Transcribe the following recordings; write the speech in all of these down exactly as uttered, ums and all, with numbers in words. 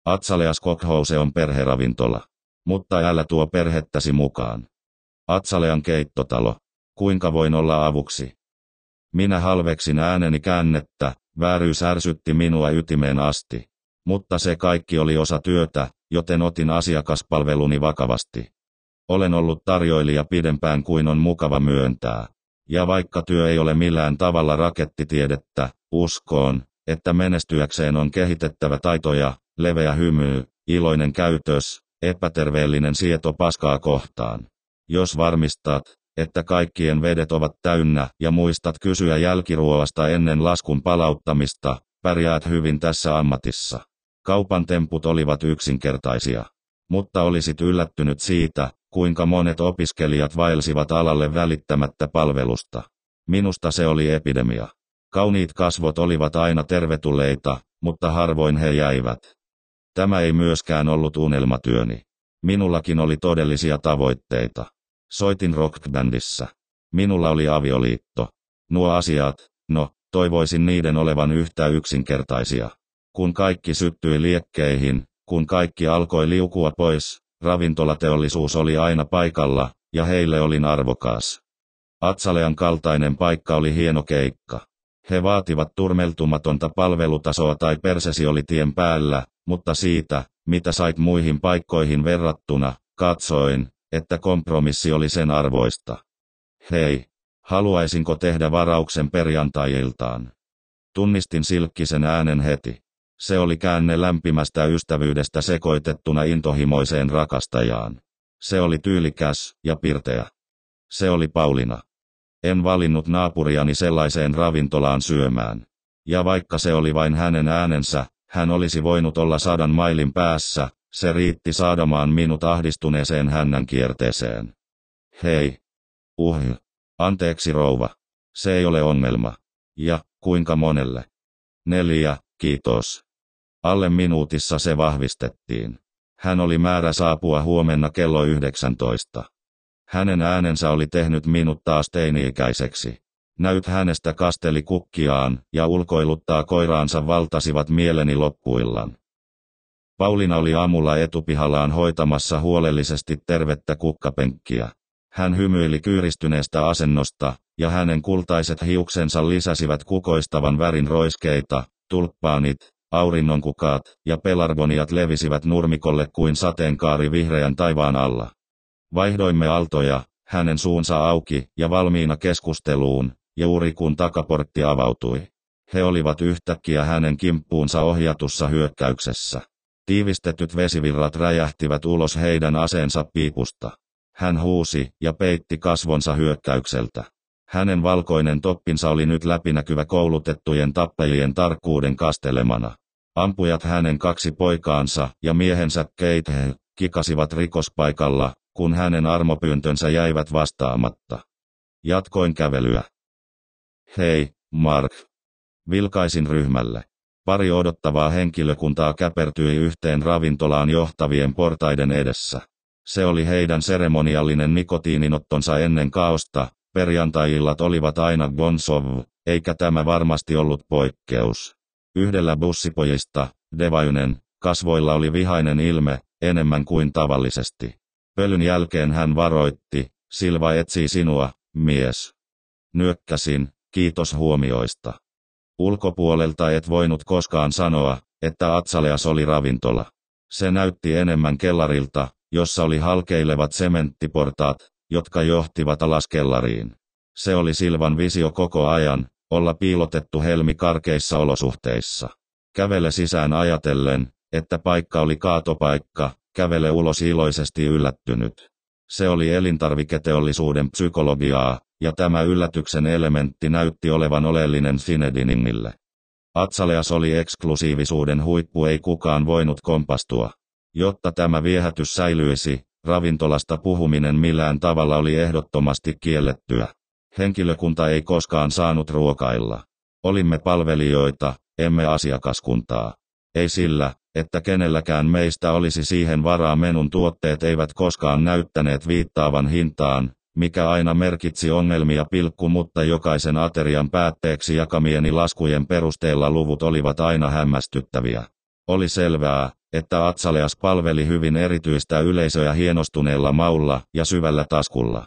Azaleas Cookhouse on perheravintola. Mutta älä tuo perhettäsi mukaan. Azalean keittotalo. Kuinka voin olla avuksi? Minä halveksin ääneni käännettä, vääryys ärsytti minua ytimeen asti. Mutta se kaikki oli osa työtä, joten otin asiakaspalveluni vakavasti. Olen ollut tarjoilija pidempään kuin on mukava myöntää. Ja vaikka työ ei ole millään tavalla rakettitiedettä, uskoon, että menestyäkseen on kehitettävä taitoja, leveä hymy, iloinen käytös, epäterveellinen sieto paskaa kohtaan. Jos varmistat, että kaikkien vedet ovat täynnä ja muistat kysyä jälkiruoasta ennen laskun palauttamista, pärjäät hyvin tässä ammatissa. Kaupan temput olivat yksinkertaisia. Mutta olisit yllättynyt siitä, kuinka monet opiskelijat vaelsivat alalle välittämättä palvelusta. Minusta se oli epidemia. Kauniit kasvot olivat aina tervetulleita, mutta harvoin he jäivät. Tämä ei myöskään ollut unelmatyöni. Minullakin oli todellisia tavoitteita. Soitin rockbändissä. Minulla oli avioliitto. Nuo asiat, no, toivoisin niiden olevan yhtä yksinkertaisia. Kun kaikki syttyi liekkeihin, kun kaikki alkoi liukua pois, ravintolateollisuus oli aina paikalla, ja heille olin arvokas. Azalean kaltainen paikka oli hieno keikka. He vaativat turmeltumatonta palvelutasoa tai persesi oli tien päällä, mutta siitä, mitä sait muihin paikkoihin verrattuna, katsoin, että kompromissi oli sen arvoista. Hei, haluaisinko tehdä varauksen perjantai-iltaan? Tunnistin silkkisen äänen heti. Se oli käänne lämpimästä ystävyydestä sekoitettuna intohimoiseen rakastajaan. Se oli tyylikäs ja pirteä. Se oli Pauliina. En valinnut naapuriani sellaiseen ravintolaan syömään. Ja vaikka se oli vain hänen äänensä, hän olisi voinut olla sadan mailin päässä, se riitti saadamaan minut ahdistuneeseen hännän kierteeseen. Hei. Uh. Anteeksi rouva. Se ei ole ongelma. Ja, kuinka monelle? Neljä, kiitos. Alle minuutissa se vahvistettiin. Hän oli määrä saapua huomenna kello yhdeksäntoista. Hänen äänensä oli tehnyt minut taas teini-ikäiseksi. Näyt hänestä kasteli kukkiaan, ja ulkoiluttaa koiraansa valtasivat mieleni loppuillan. Pauliina oli aamulla etupihallaan hoitamassa huolellisesti tervettä kukkapenkkiä. Hän hymyili kyyristyneestä asennosta, ja hänen kultaiset hiuksensa lisäsivät kukoistavan värin roiskeita, tulppaanit, auringonkukaat ja pelargoniat levisivät nurmikolle kuin sateenkaari vihreän taivaan alla. Vaihdoimme aaltoja, hänen suunsa auki ja valmiina keskusteluun, juuri kun takaportti avautui. He olivat yhtäkkiä hänen kimppuunsa ohjatussa hyökkäyksessä. Tiivistetyt vesivirrat räjähtivät ulos heidän aseensa piipusta. Hän huusi ja peitti kasvonsa hyökkäykseltä. Hänen valkoinen toppinsa oli nyt läpinäkyvä koulutettujen tappajien tarkkuuden kastelemana. Ampujat hänen kaksi poikaansa ja miehensä Kate kikasivat rikospaikalla, kun hänen armopyyntönsä jäivät vastaamatta. Jatkoin kävelyä. Hei, Mark. Vilkaisin ryhmälle. Pari odottavaa henkilökuntaa käpertyi yhteen ravintolaan johtavien portaiden edessä. Se oli heidän seremoniallinen nikotiininottonsa ennen kaosta, perjantai-illat olivat aina Gonzov, eikä tämä varmasti ollut poikkeus. Yhdellä bussipojista, Devainen, kasvoilla oli vihainen ilme, enemmän kuin tavallisesti. Pölyn jälkeen hän varoitti, Silva etsii sinua, mies. Nyökkäsin, kiitos huomioista. Ulkopuolelta et voinut koskaan sanoa, että Azaleas oli ravintola. Se näytti enemmän kellarilta, jossa oli halkeilevat sementtiportaat, jotka johtivat alas kellariin. Se oli Silvan visio koko ajan, olla piilotettu helmi karkeissa olosuhteissa. Kävele sisään ajatellen, että paikka oli kaatopaikka, kävele ulos iloisesti yllättynyt. Se oli elintarviketeollisuuden psykologiaa, ja tämä yllätyksen elementti näytti olevan oleellinen Finediningille. Azaleas oli eksklusiivisuuden huippu, ei kukaan voinut kompastua. Jotta tämä viehätys säilyisi, ravintolasta puhuminen millään tavalla oli ehdottomasti kiellettyä. Henkilökunta ei koskaan saanut ruokailla. Olimme palvelijoita, emme asiakaskuntaa. Ei sillä, että kenelläkään meistä olisi siihen varaa, menun tuotteet eivät koskaan näyttäneet viittaavan hintaan, mikä aina merkitsi ongelmia pilkku, mutta jokaisen aterian päätteeksi jakamieni laskujen perusteella luvut olivat aina hämmästyttäviä. Oli selvää, että Atsaleas palveli hyvin erityistä yleisöä hienostuneella maulla ja syvällä taskulla.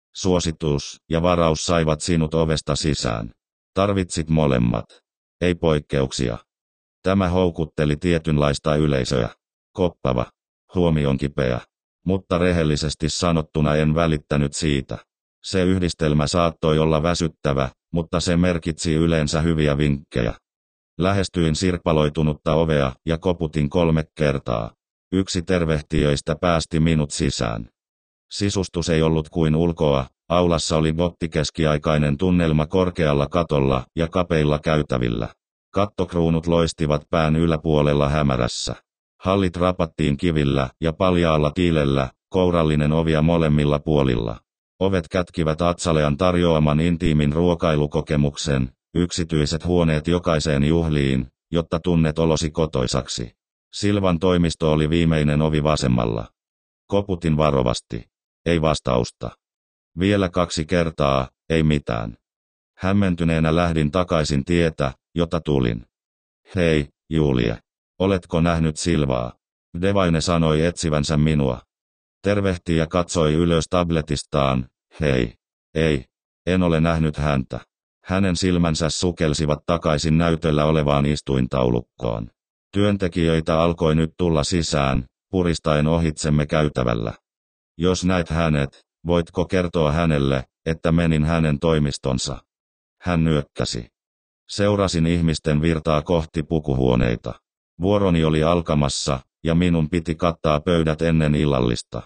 Suositus ja varaus saivat sinut ovesta sisään. Tarvitsit molemmat. Ei poikkeuksia. Tämä houkutteli tietynlaista yleisöä. Koppava. Huomionkipeä. Mutta rehellisesti sanottuna en välittänyt siitä. Se yhdistelmä saattoi olla väsyttävä, mutta se merkitsi yleensä hyviä vinkkejä. Lähestyin sirpaloitunutta ovea ja koputin kolme kertaa. Yksi tervehtijöistä päästi minut sisään. Sisustus ei ollut kuin ulkoa, aulassa oli gottikeskiaikainen tunnelma korkealla katolla ja kapeilla käytävillä. Kattokruunut loistivat pään yläpuolella hämärässä. Hallit rapattiin kivillä ja paljaalla tiilellä, kourallinen ovia molemmilla puolilla. Ovet kätkivät Atsalean tarjoaman intiimin ruokailukokemuksen, yksityiset huoneet jokaiseen juhliin, jotta tunnet olosi kotoisaksi. Silvan toimisto oli viimeinen ovi vasemmalla. Koputin varovasti. Ei vastausta. Vielä kaksi kertaa, ei mitään. Hämmentyneenä lähdin takaisin tietä, jota tulin. Hei, Julie. Oletko nähnyt Silvaa? Devaine sanoi etsivänsä minua. Tervehti ja katsoi ylös tabletistaan. Hei. Ei. En ole nähnyt häntä. Hänen silmänsä sukelsivat takaisin näytöllä olevaan istuintaulukkoon. Työntekijöitä alkoi nyt tulla sisään, puristaen ohitsemme käytävällä. Jos näet hänet, voitko kertoa hänelle, että menin hänen toimistonsa? Hän nyökkäsi. Seurasin ihmisten virtaa kohti pukuhuoneita. Vuoroni oli alkamassa, ja minun piti kattaa pöydät ennen illallista.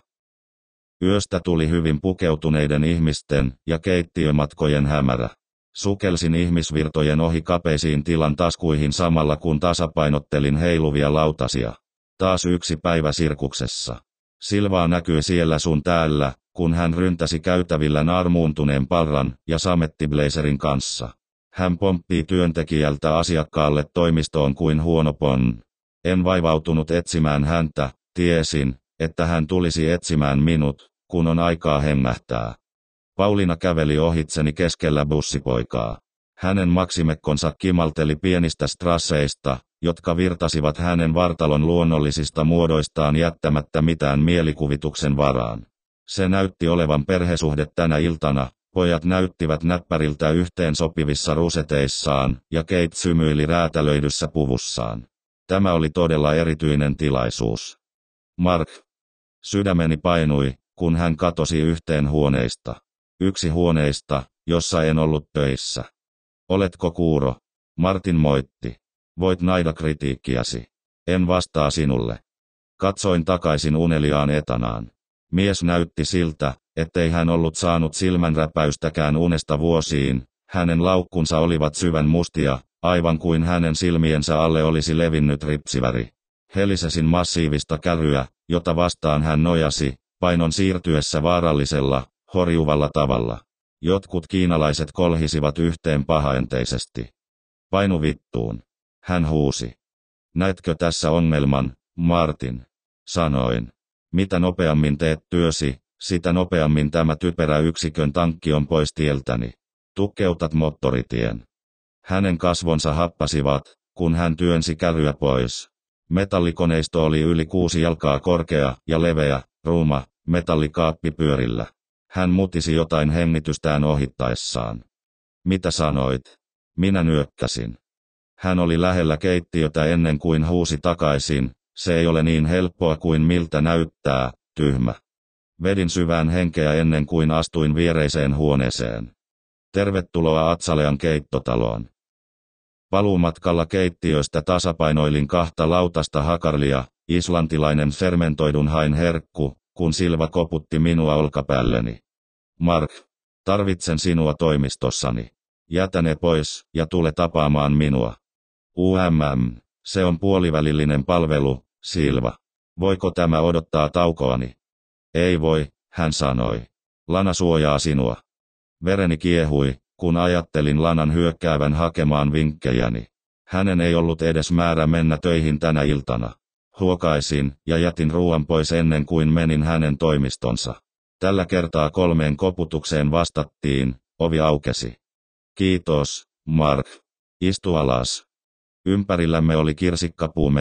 Yöstä tuli hyvin pukeutuneiden ihmisten ja keittiömatkojen hämärä. Sukelsin ihmisvirtojen ohi kapeisiin tilan taskuihin samalla kun tasapainottelin heiluvia lautasia. Taas yksi päivä sirkuksessa. Silvaa näkyi siellä sun täällä, kun hän ryntäsi käytävillä naarmuuntuneen parran ja samettiblazerin kanssa. Hän pomppii työntekijältä asiakkaalle toimistoon kuin huono pon. En vaivautunut etsimään häntä, tiesin, että hän tulisi etsimään minut, kun on aikaa hengähtää. Pauliina käveli ohitseni keskellä bussipoikaa. Hänen maksimekkonsa kimalteli pienistä strasseista, jotka virtasivat hänen vartalon luonnollisista muodoistaan jättämättä mitään mielikuvituksen varaan. Se näytti olevan perhesuhde tänä iltana, pojat näyttivät näppäriltä yhteen sopivissa ruseteissaan, ja Kate symyili räätälöidyssä puvussaan. Tämä oli todella erityinen tilaisuus. Mark. Sydämeni painui, kun hän katosi yhteen huoneista. Yksi huoneista, jossa en ollut töissä. Oletko kuuro? Martin moitti. Voit naida kritiikkiäsi. En vastaa sinulle. Katsoin takaisin uneliaan etanaan. Mies näytti siltä, ettei hän ollut saanut silmänräpäystäkään unesta vuosiin. Hänen laukkunsa olivat syvän mustia, aivan kuin hänen silmiensä alle olisi levinnyt ripsiväri. Helisesin massiivista käryä, jota vastaan hän nojasi, painon siirtyessä vaarallisella, horjuvalla tavalla. Jotkut kiinalaiset kolhisivat yhteen pahaenteisesti. Painu vittuun. Hän huusi. Näetkö tässä ongelman, Martin? Sanoin. Mitä nopeammin teet työsi, sitä nopeammin tämä typerä yksikön tankki on pois tieltäni. Tukkeutat moottoritien. Hänen kasvonsa happasivat, kun hän työnsi käryä pois. Metallikoneisto oli yli kuusi jalkaa korkea ja leveä, ruuma, metallikaappi pyörillä. Hän mutisi jotain hengitystään ohittaessaan. Mitä sanoit? Minä nyökkäsin. Hän oli lähellä keittiötä ennen kuin huusi takaisin, se ei ole niin helppoa kuin miltä näyttää, tyhmä. Vedin syvään henkeä ennen kuin astuin viereiseen huoneeseen. Tervetuloa Atsalean keittotaloon. Paluumatkalla keittiöstä tasapainoilin kahta lautasta hakarlia, islantilainen fermentoidun hain herkku, kun Silva koputti minua olkapäälleni. Mark, tarvitsen sinua toimistossani. Jätä ne pois ja tule tapaamaan minua. UMM, se on puolivälillinen palvelu, Silva. Voiko tämä odottaa taukoani? Ei voi, hän sanoi. Lana suojaa sinua. Vereni kiehui, kun ajattelin Lanan hyökkäävän hakemaan vinkkejäni. Hänen ei ollut edes määrä mennä töihin tänä iltana. Huokaisin ja jätin ruuan pois ennen kuin menin hänen toimistonsa. Tällä kertaa kolmeen koputukseen vastattiin, ovi aukesi. Kiitos, Mark. Istu alas. Ympärillämme oli kirsikkapuumetsä,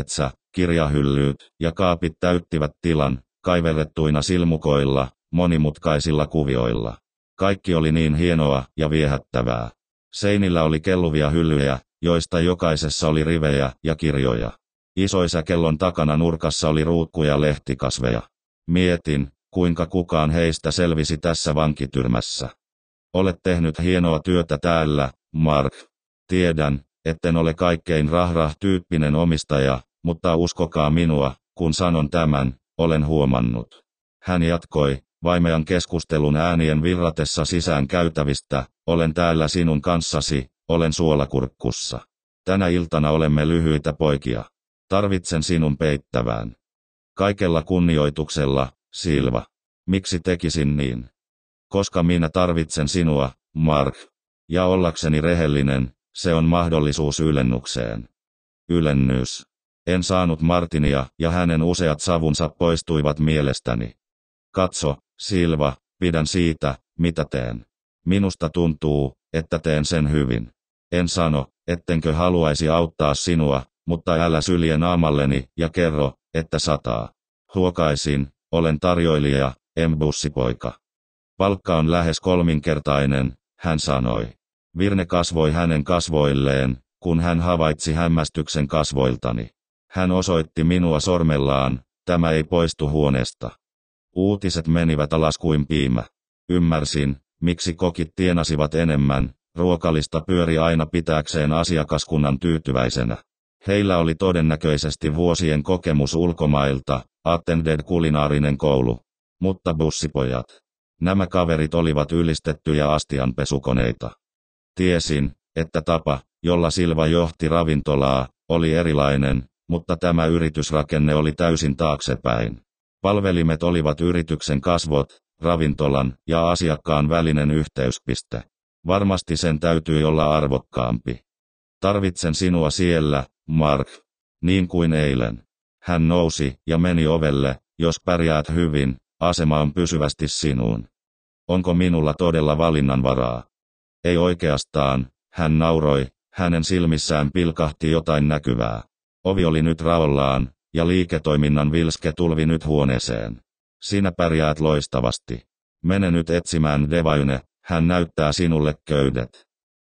kirjahyllyt ja kaapit täyttivät tilan, kaiverrettuina silmukoilla, monimutkaisilla kuvioilla. Kaikki oli niin hienoa ja viehättävää. Seinillä oli kelluvia hyllyjä, joista jokaisessa oli rivejä ja kirjoja. Isoisäkellon takana nurkassa oli ruukkuja lehtikasveja. Mietin, kuinka kukaan heistä selvisi tässä vankityrmässä. Olet tehnyt hienoa työtä täällä, Mark. Tiedän, etten ole kaikkein rahrah-tyyppinen omistaja, mutta uskokaa minua, kun sanon tämän, olen huomannut. Hän jatkoi, vaimean keskustelun äänien virratessa sisään käytävistä, olen täällä sinun kanssasi, olen suolakurkkussa. Tänä iltana olemme lyhyitä poikia. Tarvitsen sinun peittävään. Kaikella kunnioituksella, Silva. Miksi tekisin niin? Koska minä tarvitsen sinua, Mark. Ja ollakseni rehellinen, se on mahdollisuus ylennykseen. Ylennys. En saanut Martinia ja hänen useat savunsa poistuivat mielestäni. Katso, Silva, pidän siitä, mitä teen. Minusta tuntuu, että teen sen hyvin. En sano, ettenkö haluaisi auttaa sinua, mutta älä sylje naamalleni ja kerro, että sataa. Huokaisin, olen tarjoilija, en bussipoika. Palkka on lähes kolminkertainen, hän sanoi. Virne kasvoi hänen kasvoilleen, kun hän havaitsi hämmästyksen kasvoiltani. Hän osoitti minua sormellaan, tämä ei poistu huoneesta. Uutiset menivät alas kuin piimä. Ymmärsin, miksi kokit tienasivat enemmän, ruokalista pyöri aina pitääkseen asiakaskunnan tyytyväisenä. Heillä oli todennäköisesti vuosien kokemus ulkomailta, attended kulinaarinen koulu. Mutta bussipojat. Nämä kaverit olivat ylistettyjä astianpesukoneita. Tiesin, että tapa, jolla Silva johti ravintolaa, oli erilainen, mutta tämä yritysrakenne oli täysin taaksepäin. Palvelimet olivat yrityksen kasvot, ravintolan ja asiakkaan välinen yhteyspiste. Varmasti sen täytyi olla arvokkaampi. Tarvitsen sinua siellä, Mark. Niin kuin eilen. Hän nousi ja meni ovelle, jos pärjäät hyvin, asema on pysyvästi sinuun. Onko minulla todella valinnanvaraa? Ei oikeastaan, hän nauroi, hänen silmissään pilkahti jotain näkyvää. Ovi oli nyt raollaan, ja liiketoiminnan vilske tulvi nyt huoneeseen. Sinä pärjäät loistavasti. Mene nyt etsimään Devine, hän näyttää sinulle köydet.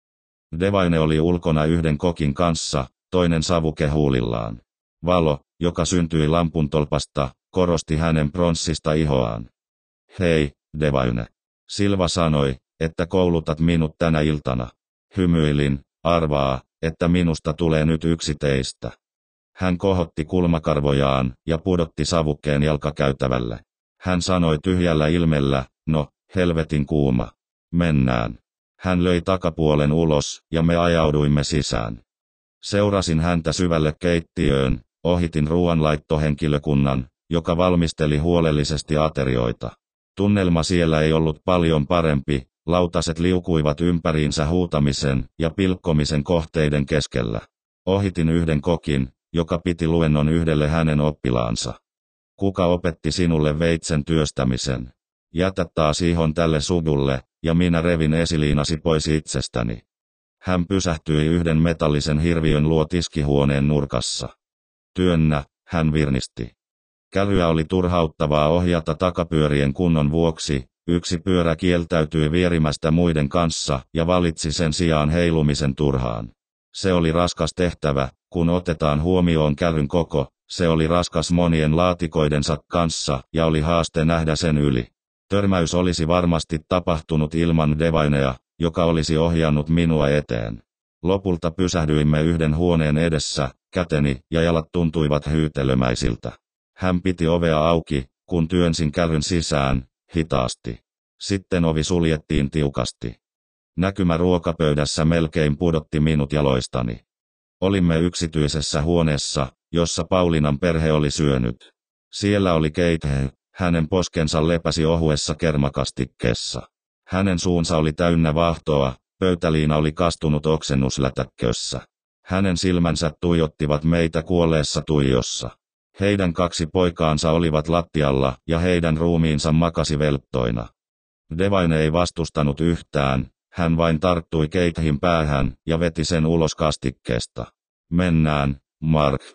Devine oli ulkona yhden kokin kanssa, toinen savuke huulillaan. Valo, joka syntyi lampuntolpasta, korosti hänen pronssista ihoaan. Hei, Devine. Silva sanoi, että koulutat minut tänä iltana. Hymyilin, arvaa, että minusta tulee nyt yksi teistä. Hän kohotti kulmakarvojaan ja pudotti savukkeen jalkakäytävälle. Hän sanoi tyhjällä ilmellä, no, helvetin kuuma. Mennään. Hän löi takapuolen ulos ja me ajauduimme sisään. Seurasin häntä syvälle keittiöön, ohitin ruoanlaittohenkilökunnan, joka valmisteli huolellisesti aterioita. Tunnelma siellä ei ollut paljon parempi, lautaset liukuivat ympäriinsä huutamisen ja pilkkomisen kohteiden keskellä. Ohitin yhden kokin, joka piti luennon yhdelle hänen oppilaansa. Kuka opetti sinulle veitsen työstämisen? Jätä taas ihon tälle sudulle, ja minä revin esiliinasi pois itsestäni. Hän pysähtyi yhden metallisen hirviön luo tiskihuoneen nurkassa. Työnnä, hän virnisti. Kälyä oli turhauttavaa ohjata takapyörien kunnon vuoksi, yksi pyörä kieltäytyi vierimästä muiden kanssa ja valitsi sen sijaan heilumisen turhaan. Se oli raskas tehtävä, kun otetaan huomioon kälyn koko, se oli raskas monien laatikoidensa kanssa ja oli haaste nähdä sen yli. Törmäys olisi varmasti tapahtunut ilman Devinea, joka olisi ohjannut minua eteen. Lopulta pysähdyimme yhden huoneen edessä, käteni ja jalat tuntuivat hyytelömäisiltä. Hän piti ovea auki, kun työnsin kälyn sisään, hitaasti. Sitten ovi suljettiin tiukasti. Näkymä ruokapöydässä melkein pudotti minut jaloistani. Olimme yksityisessä huoneessa, jossa Paulinan perhe oli syönyt. Siellä oli Kate, hänen poskensa lepäsi ohuessa kermakastikkeessa. Hänen suunsa oli täynnä vaahtoa, pöytäliina oli kastunut oksennuslätäkkössä. Hänen silmänsä tuijottivat meitä kuolleessa tuijossa. Heidän kaksi poikaansa olivat lattialla ja heidän ruumiinsa makasi velttoina. Devine ei vastustanut yhtään, hän vain tarttui Katehin päähän ja veti sen ulos kastikkeesta. Mennään, Mark.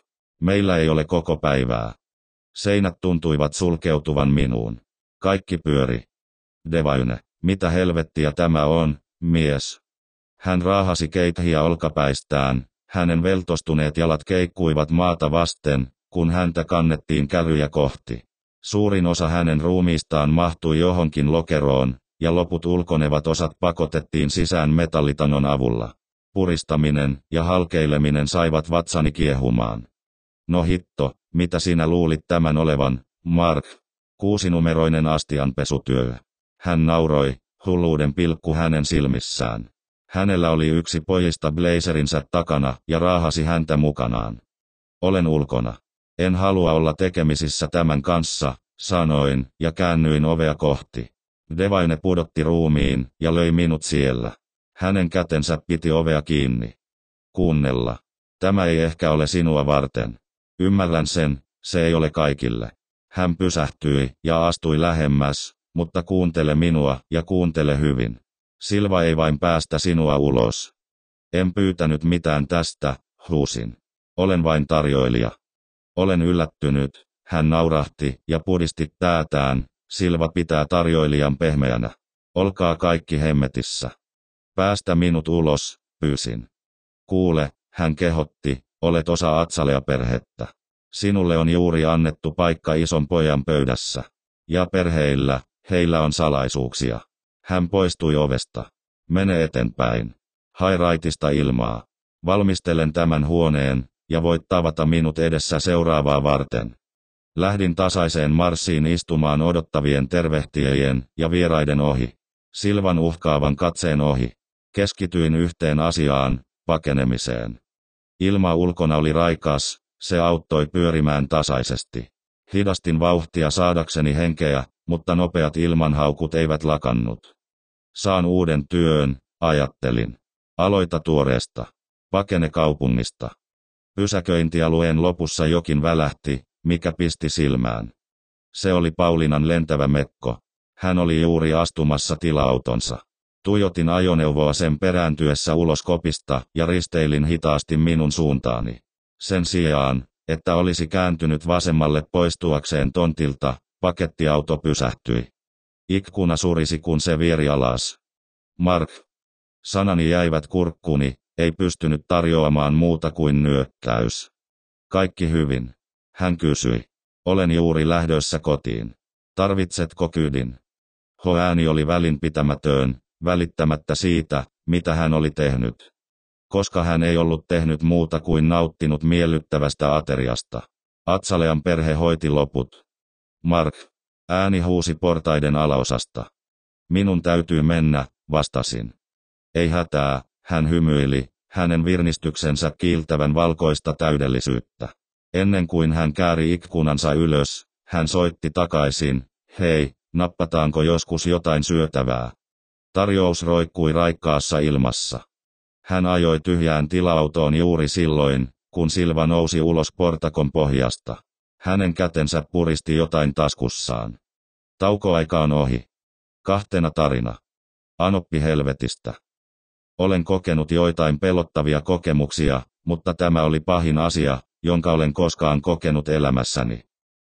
Meillä ei ole koko päivää. Seinät tuntuivat sulkeutuvan minuun. Kaikki pyöri. Devayne, mitä helvettiä tämä on, mies? Hän raahasi keithiä olkapäistään, hänen veltostuneet jalat keikkuivat maata vasten, kun häntä kannettiin käryjä kohti. Suurin osa hänen ruumiistaan mahtui johonkin lokeroon, ja loput ulkonevat osat pakotettiin sisään metallitanon avulla. Puristaminen ja halkeileminen saivat vatsani kiehumaan. No hitto, mitä sinä luulit tämän olevan, Mark? Kuusinumeroinen astianpesutyö. Hän nauroi, hulluuden pilkku hänen silmissään. Hänellä oli yksi pojista blazerinsä takana ja raahasi häntä mukanaan. Olen ulkona. En halua olla tekemisissä tämän kanssa, sanoin, ja käännyin ovea kohti. Devayne pudotti ruumiin ja löi minut siellä. Hänen kätensä piti ovea kiinni. Kuunnella. Tämä ei ehkä ole sinua varten. Ymmärrän sen, se ei ole kaikille. Hän pysähtyi ja astui lähemmäs, mutta kuuntele minua ja kuuntele hyvin. Silva ei vain päästä sinua ulos. En pyytänyt mitään tästä, huusin. Olen vain tarjoilija. Olen yllättynyt, hän naurahti ja pudisti päätään, Silva pitää tarjoilijan pehmeänä. Olkaa kaikki hemmetissä. Päästä minut ulos, pyysin. Kuule, hän kehotti, olet osa Atsalea-perhettä. Sinulle on juuri annettu paikka ison pojan pöydässä. Ja perheillä, heillä on salaisuuksia. Hän poistui ovesta. Mene eteenpäin. Hae raitista ilmaa. Valmistelen tämän huoneen, ja voit tavata minut edessä seuraavaa varten. Lähdin tasaiseen marssiin istumaan odottavien tervehtijien ja vieraiden ohi. Silvan uhkaavan katseen ohi. Keskityin yhteen asiaan, pakenemiseen. Ilma ulkona oli raikas, se auttoi pyörimään tasaisesti. Hidastin vauhtia saadakseni henkeä, mutta nopeat ilmanhaukut eivät lakannut. Saan uuden työn, ajattelin. Aloita tuoreesta. Pakene kaupungista. Pysäköintialueen lopussa jokin välähti, mikä pisti silmään. Se oli Paulinan lentävä mekko. Hän oli juuri astumassa tila-autonsa. Tuijotin ajoneuvoa sen perääntyessä ulos kopista ja risteilin hitaasti minun suuntaani. Sen sijaan, että olisi kääntynyt vasemmalle poistuakseen tontilta, pakettiauto pysähtyi. Ikkuna surisi kun se vieri alas. Mark. Sanani jäivät kurkkuuni, ei pystynyt tarjoamaan muuta kuin nyökkäys. Kaikki hyvin. Hän kysyi. Olen juuri lähdössä kotiin. Tarvitsetko kyydin? Ho ääni oli välinpitämätön, välittämättä siitä, mitä hän oli tehnyt. Koska hän ei ollut tehnyt muuta kuin nauttinut miellyttävästä ateriasta. Atsalean perhe hoiti loput. Mark. Ääni huusi portaiden alaosasta. Minun täytyy mennä, vastasin. Ei hätää, hän hymyili, hänen virnistyksensä kiiltävän valkoista täydellisyyttä. Ennen kuin hän kääri ikkunansa ylös, hän soitti takaisin, hei, nappataanko joskus jotain syötävää? Tarjous roikkui raikkaassa ilmassa. Hän ajoi tyhjään tila-autoon juuri silloin, kun Silva nousi ulos portakon pohjasta. Hänen kätensä puristi jotain taskussaan. Taukoaika on ohi. Kahtena tarina. Anoppi helvetistä. Olen kokenut joitain pelottavia kokemuksia, mutta tämä oli pahin asia, jonka olen koskaan kokenut elämässäni.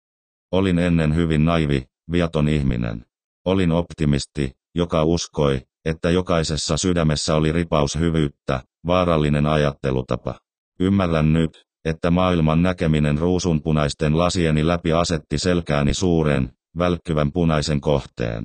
Olin ennen hyvin naivi, viaton ihminen. Olin optimisti, joka uskoi, että jokaisessa sydämessä oli ripaus hyvyyttä, vaarallinen ajattelutapa. Ymmärrän nyt, että maailman näkeminen ruusunpunaisten lasieni läpi asetti selkääni suuren, välkkyvän punaisen kohteen.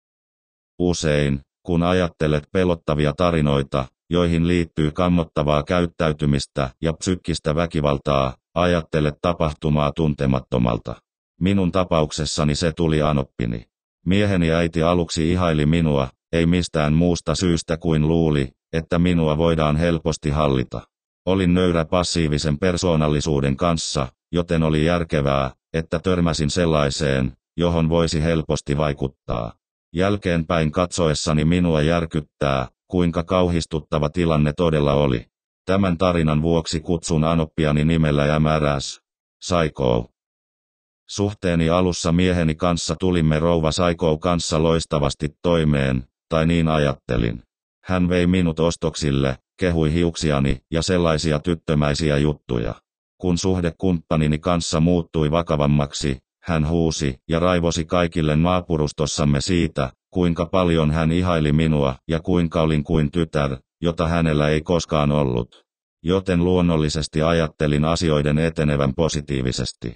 Usein, kun ajattelet pelottavia tarinoita, joihin liittyy kammottavaa käyttäytymistä ja psyykkistä väkivaltaa, ajattelet tapahtumaa tuntemattomalta. Minun tapauksessani se tuli anoppini. Mieheni äiti aluksi ihaili minua, ei mistään muusta syystä kuin luuli, että minua voidaan helposti hallita. Olin nöyrä passiivisen persoonallisuuden kanssa, joten oli järkevää, että törmäsin sellaiseen, johon voisi helposti vaikuttaa. Jälkeenpäin katsoessani minua järkyttää, kuinka kauhistuttava tilanne todella oli. Tämän tarinan vuoksi kutsun anoppiani nimellä M R S. Psycho. Suhteeni alussa mieheni kanssa tulimme rouva Psycho kanssa loistavasti toimeen, tai niin ajattelin. Hän vei minut ostoksille, kehui hiuksiani ja sellaisia tyttömäisiä juttuja. Kun suhde kumppanini kanssa muuttui vakavammaksi, hän huusi ja raivosi kaikille naapurustossamme siitä, kuinka paljon hän ihaili minua ja kuinka olin kuin tytär, jota hänellä ei koskaan ollut. Joten luonnollisesti ajattelin asioiden etenevän positiivisesti.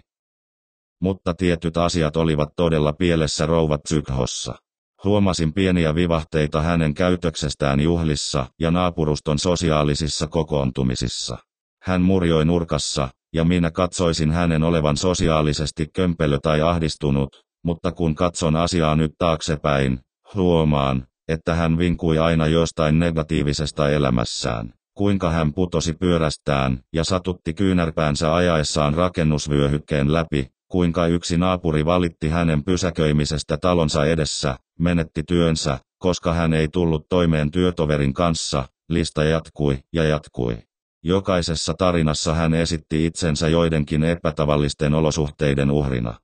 Mutta tietyt asiat olivat todella pielessä rouva Tsykhossa. Huomasin pieniä vivahteita hänen käytöksestään juhlissa ja naapuruston sosiaalisissa kokoontumisissa. Hän murjoi nurkassa, ja minä katsoisin hänen olevan sosiaalisesti kömpelö tai ahdistunut, mutta kun katson asiaa nyt taaksepäin, huomaan, että hän vinkui aina jostain negatiivisesta elämässään. Kuinka hän putosi pyörästään ja satutti kyynärpäänsä ajaessaan rakennusvyöhykkeen läpi, kuinka yksi naapuri valitti hänen pysäköimisestä talonsa edessä, menetti työnsä, koska hän ei tullut toimeen työtoverin kanssa, lista jatkui ja jatkui. Jokaisessa tarinassa hän esitti itsensä joidenkin epätavallisten olosuhteiden uhrina.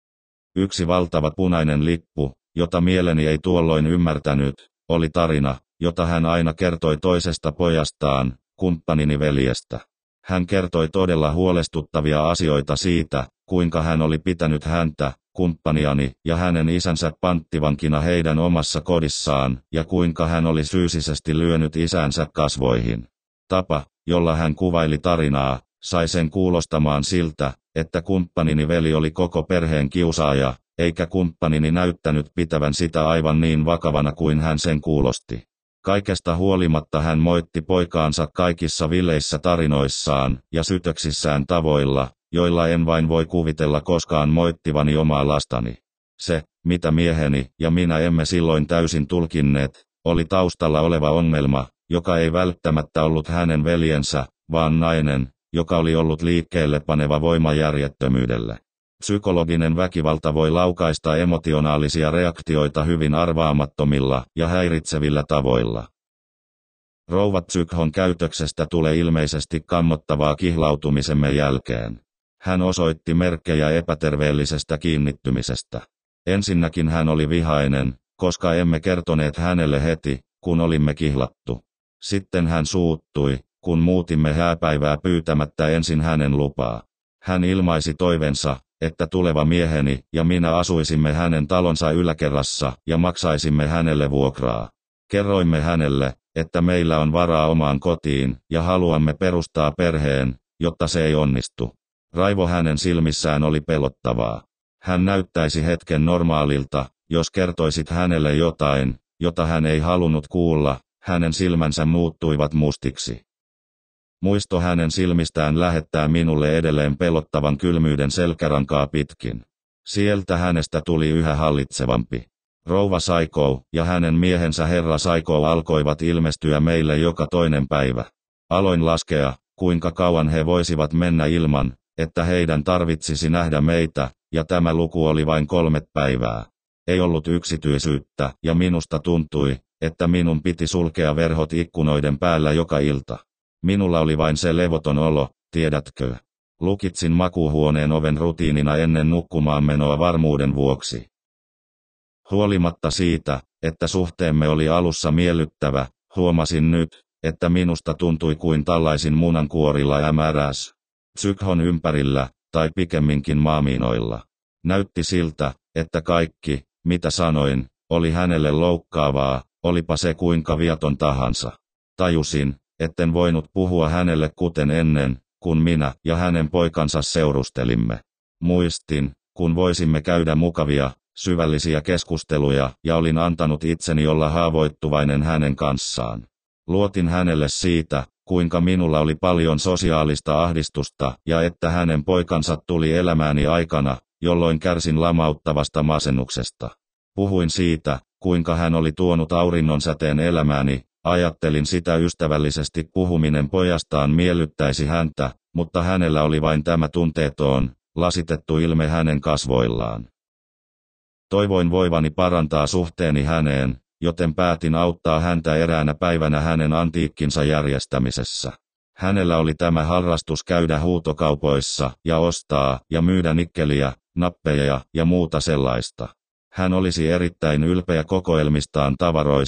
Yksi valtava punainen lippu, jota mieleni ei tuolloin ymmärtänyt, oli tarina, jota hän aina kertoi toisesta pojastaan, kumppanini veljestä. Hän kertoi todella huolestuttavia asioita siitä, kuinka hän oli pitänyt häntä, kumppaniani ja hänen isänsä panttivankina heidän omassa kodissaan, ja kuinka hän oli fyysisesti lyönyt isänsä kasvoihin. Tapa, jolla hän kuvaili tarinaa, sai sen kuulostamaan siltä, että kumppanini veli oli koko perheen kiusaaja, eikä kumppanini näyttänyt pitävän sitä aivan niin vakavana kuin hän sen kuulosti. Kaikesta huolimatta hän moitti poikaansa kaikissa villeissä tarinoissaan ja sytöksissään tavoilla, joilla en vain voi kuvitella koskaan moittivani omaa lastani. Se, mitä mieheni ja minä emme silloin täysin tulkinneet, oli taustalla oleva ongelma, joka ei välttämättä ollut hänen veljensä, vaan nainen, joka oli ollut liikkeelle paneva voima järjettömyydelle. Psykologinen väkivalta voi laukaista emotionaalisia reaktioita hyvin arvaamattomilla ja häiritsevillä tavoilla. Rouva Tsykhon käytöksestä tulee ilmeisesti kammottavaa kihlautumisemme jälkeen. Hän osoitti merkkejä epäterveellisestä kiinnittymisestä. Ensinnäkin hän oli vihainen, koska emme kertoneet hänelle heti, kun olimme kihlattu. Sitten hän suuttui, kun muutimme hääpäivää pyytämättä ensin hänen lupaa. Hän ilmaisi toivensa, että tuleva mieheni ja minä asuisimme hänen talonsa yläkerrassa ja maksaisimme hänelle vuokraa. Kerroimme hänelle, että meillä on varaa omaan kotiin ja haluamme perustaa perheen, jotta se ei onnistu. Raivo hänen silmissään oli pelottavaa. Hän näyttäisi hetken normaalilta, jos kertoisit hänelle jotain, jota hän ei halunnut kuulla, hänen silmänsä muuttuivat mustiksi. Muisto hänen silmistään lähettää minulle edelleen pelottavan kylmyyden selkärankaa pitkin. Sieltä hänestä tuli yhä hallitsevampi. Rouva Saikou ja hänen miehensä herra Saikou alkoivat ilmestyä meille joka toinen päivä. Aloin laskea, kuinka kauan he voisivat mennä ilman, että heidän tarvitsisi nähdä meitä, ja tämä luku oli vain kolme päivää. Ei ollut yksityisyyttä, ja minusta tuntui, että minun piti sulkea verhot ikkunoiden päällä joka ilta. Minulla oli vain se levoton olo, tiedätkö. Lukitsin makuuhuoneen oven rutiinina ennen nukkumaan menoa varmuuden vuoksi. Huolimatta siitä, että suhteemme oli alussa miellyttävä, huomasin nyt, että minusta tuntui kuin tallaisin munankuorilla ämäräs. Tsykhon ympärillä, tai pikemminkin maamiinoilla. Näytti siltä, että kaikki, mitä sanoin, oli hänelle loukkaavaa, olipa se kuinka viaton tahansa. Tajusin, etten voinut puhua hänelle kuten ennen, kun minä ja hänen poikansa seurustelimme. Muistin, kun voisimme käydä mukavia, syvällisiä keskusteluja, ja olin antanut itseni olla haavoittuvainen hänen kanssaan. Luotin hänelle siitä, kuinka minulla oli paljon sosiaalista ahdistusta, ja että hänen poikansa tuli elämääni aikana, jolloin kärsin lamauttavasta masennuksesta. Puhuin siitä, kuinka hän oli tuonut auringonsäteen elämääni, ajattelin sitä ystävällisesti puhuminen pojastaan miellyttäisi häntä, mutta hänellä oli vain tämä tunteeton, lasitettu ilme hänen kasvoillaan. Toivoin voivani parantaa suhteeni häneen, joten päätin auttaa häntä eräänä päivänä hänen antiikkinsa järjestämisessä. Hänellä oli tämä harrastus käydä huutokaupoissa ja ostaa ja myydä nikkeliä, nappeja ja muuta sellaista. Hän olisi erittäin ylpeä kokoelmistaan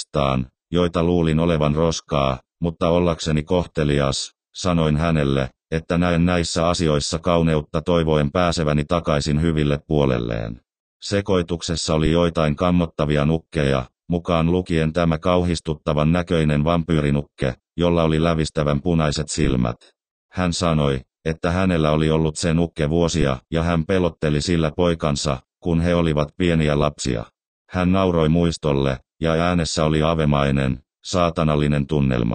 tavaroistaan, joita luulin olevan roskaa, mutta ollakseni kohtelias, sanoin hänelle, että näen näissä asioissa kauneutta toivoen pääseväni takaisin hyville puolelleen. Sekoituksessa oli joitain kammottavia nukkeja, mukaan lukien tämä kauhistuttavan näköinen vampyyrinukke, jolla oli lävistävän punaiset silmät. Hän sanoi, että hänellä oli ollut se nukke vuosia, ja hän pelotteli sillä poikansa, kun he olivat pieniä lapsia. Hän nauroi muistolle, ja äänessä oli avemainen, saatanallinen tunnelma.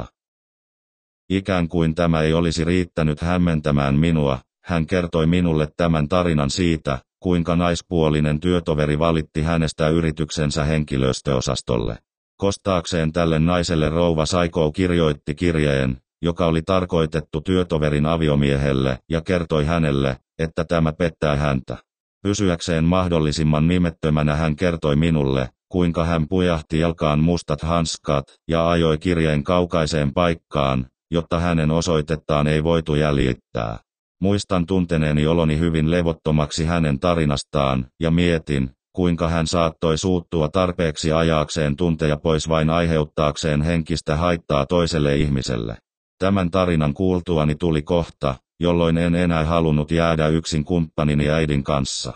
Ikään kuin tämä ei olisi riittänyt hämmentämään minua, hän kertoi minulle tämän tarinan siitä, kuinka naispuolinen työtoveri valitti hänestä yrityksensä henkilöstöosastolle. Kostaakseen tälle naiselle rouva Psycho kirjoitti kirjeen, joka oli tarkoitettu työtoverin aviomiehelle, ja kertoi hänelle, että tämä pettää häntä. Pysyäkseen mahdollisimman nimettömänä hän kertoi minulle, kuinka hän pujahti jalkaan mustat hanskat, ja ajoi kirjeen kaukaiseen paikkaan, jotta hänen osoitettaan ei voitu jäljittää. Muistan tunteneeni oloni hyvin levottomaksi hänen tarinastaan, ja mietin, kuinka hän saattoi suuttua tarpeeksi ajaakseen tunteja pois vain aiheuttaakseen henkistä haittaa toiselle ihmiselle. Tämän tarinan kuultuani tuli kohta, jolloin en enää halunnut jäädä yksin kumppanini äidin kanssa.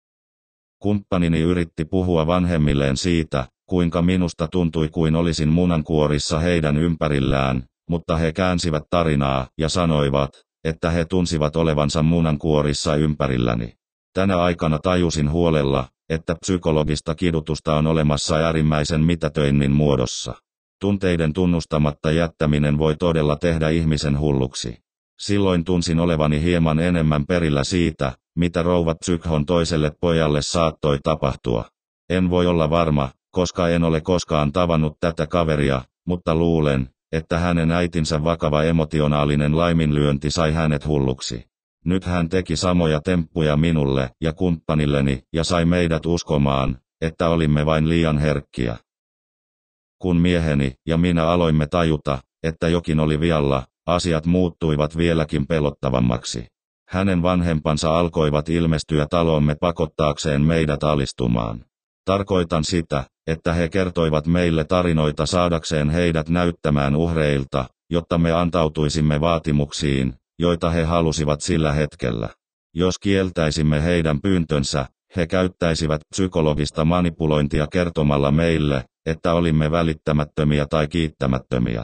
Kumppanini yritti puhua vanhemmilleen siitä, kuinka minusta tuntui kuin olisin munankuorissa heidän ympärillään, mutta he käänsivät tarinaa ja sanoivat, että he tunsivat olevansa munankuorissa ympärilläni. Tänä aikana tajusin huolella, että psykologista kidutusta on olemassa äärimmäisen mitätöinnin muodossa. Tunteiden tunnustamatta jättäminen voi todella tehdä ihmisen hulluksi. Silloin tunsin olevani hieman enemmän perillä siitä, mitä rouva Psykhon toiselle pojalle saattoi tapahtua. En voi olla varma, koska en ole koskaan tavannut tätä kaveria, mutta luulen, että hänen äitinsä vakava emotionaalinen laiminlyönti sai hänet hulluksi. Nyt hän teki samoja temppuja minulle ja kumppanilleni ja sai meidät uskomaan, että olimme vain liian herkkiä. Kun mieheni ja minä aloimme tajuta, että jokin oli vialla, asiat muuttuivat vieläkin pelottavammaksi. Hänen vanhempansa alkoivat ilmestyä taloomme pakottaakseen meidät alistumaan. Tarkoitan sitä, että he kertoivat meille tarinoita saadakseen heidät näyttämään uhreilta, jotta me antautuisimme vaatimuksiin, joita he halusivat sillä hetkellä. Jos kieltäisimme heidän pyyntönsä, he käyttäisivät psykologista manipulointia kertomalla meille, että olimme välittämättömiä tai kiittämättömiä.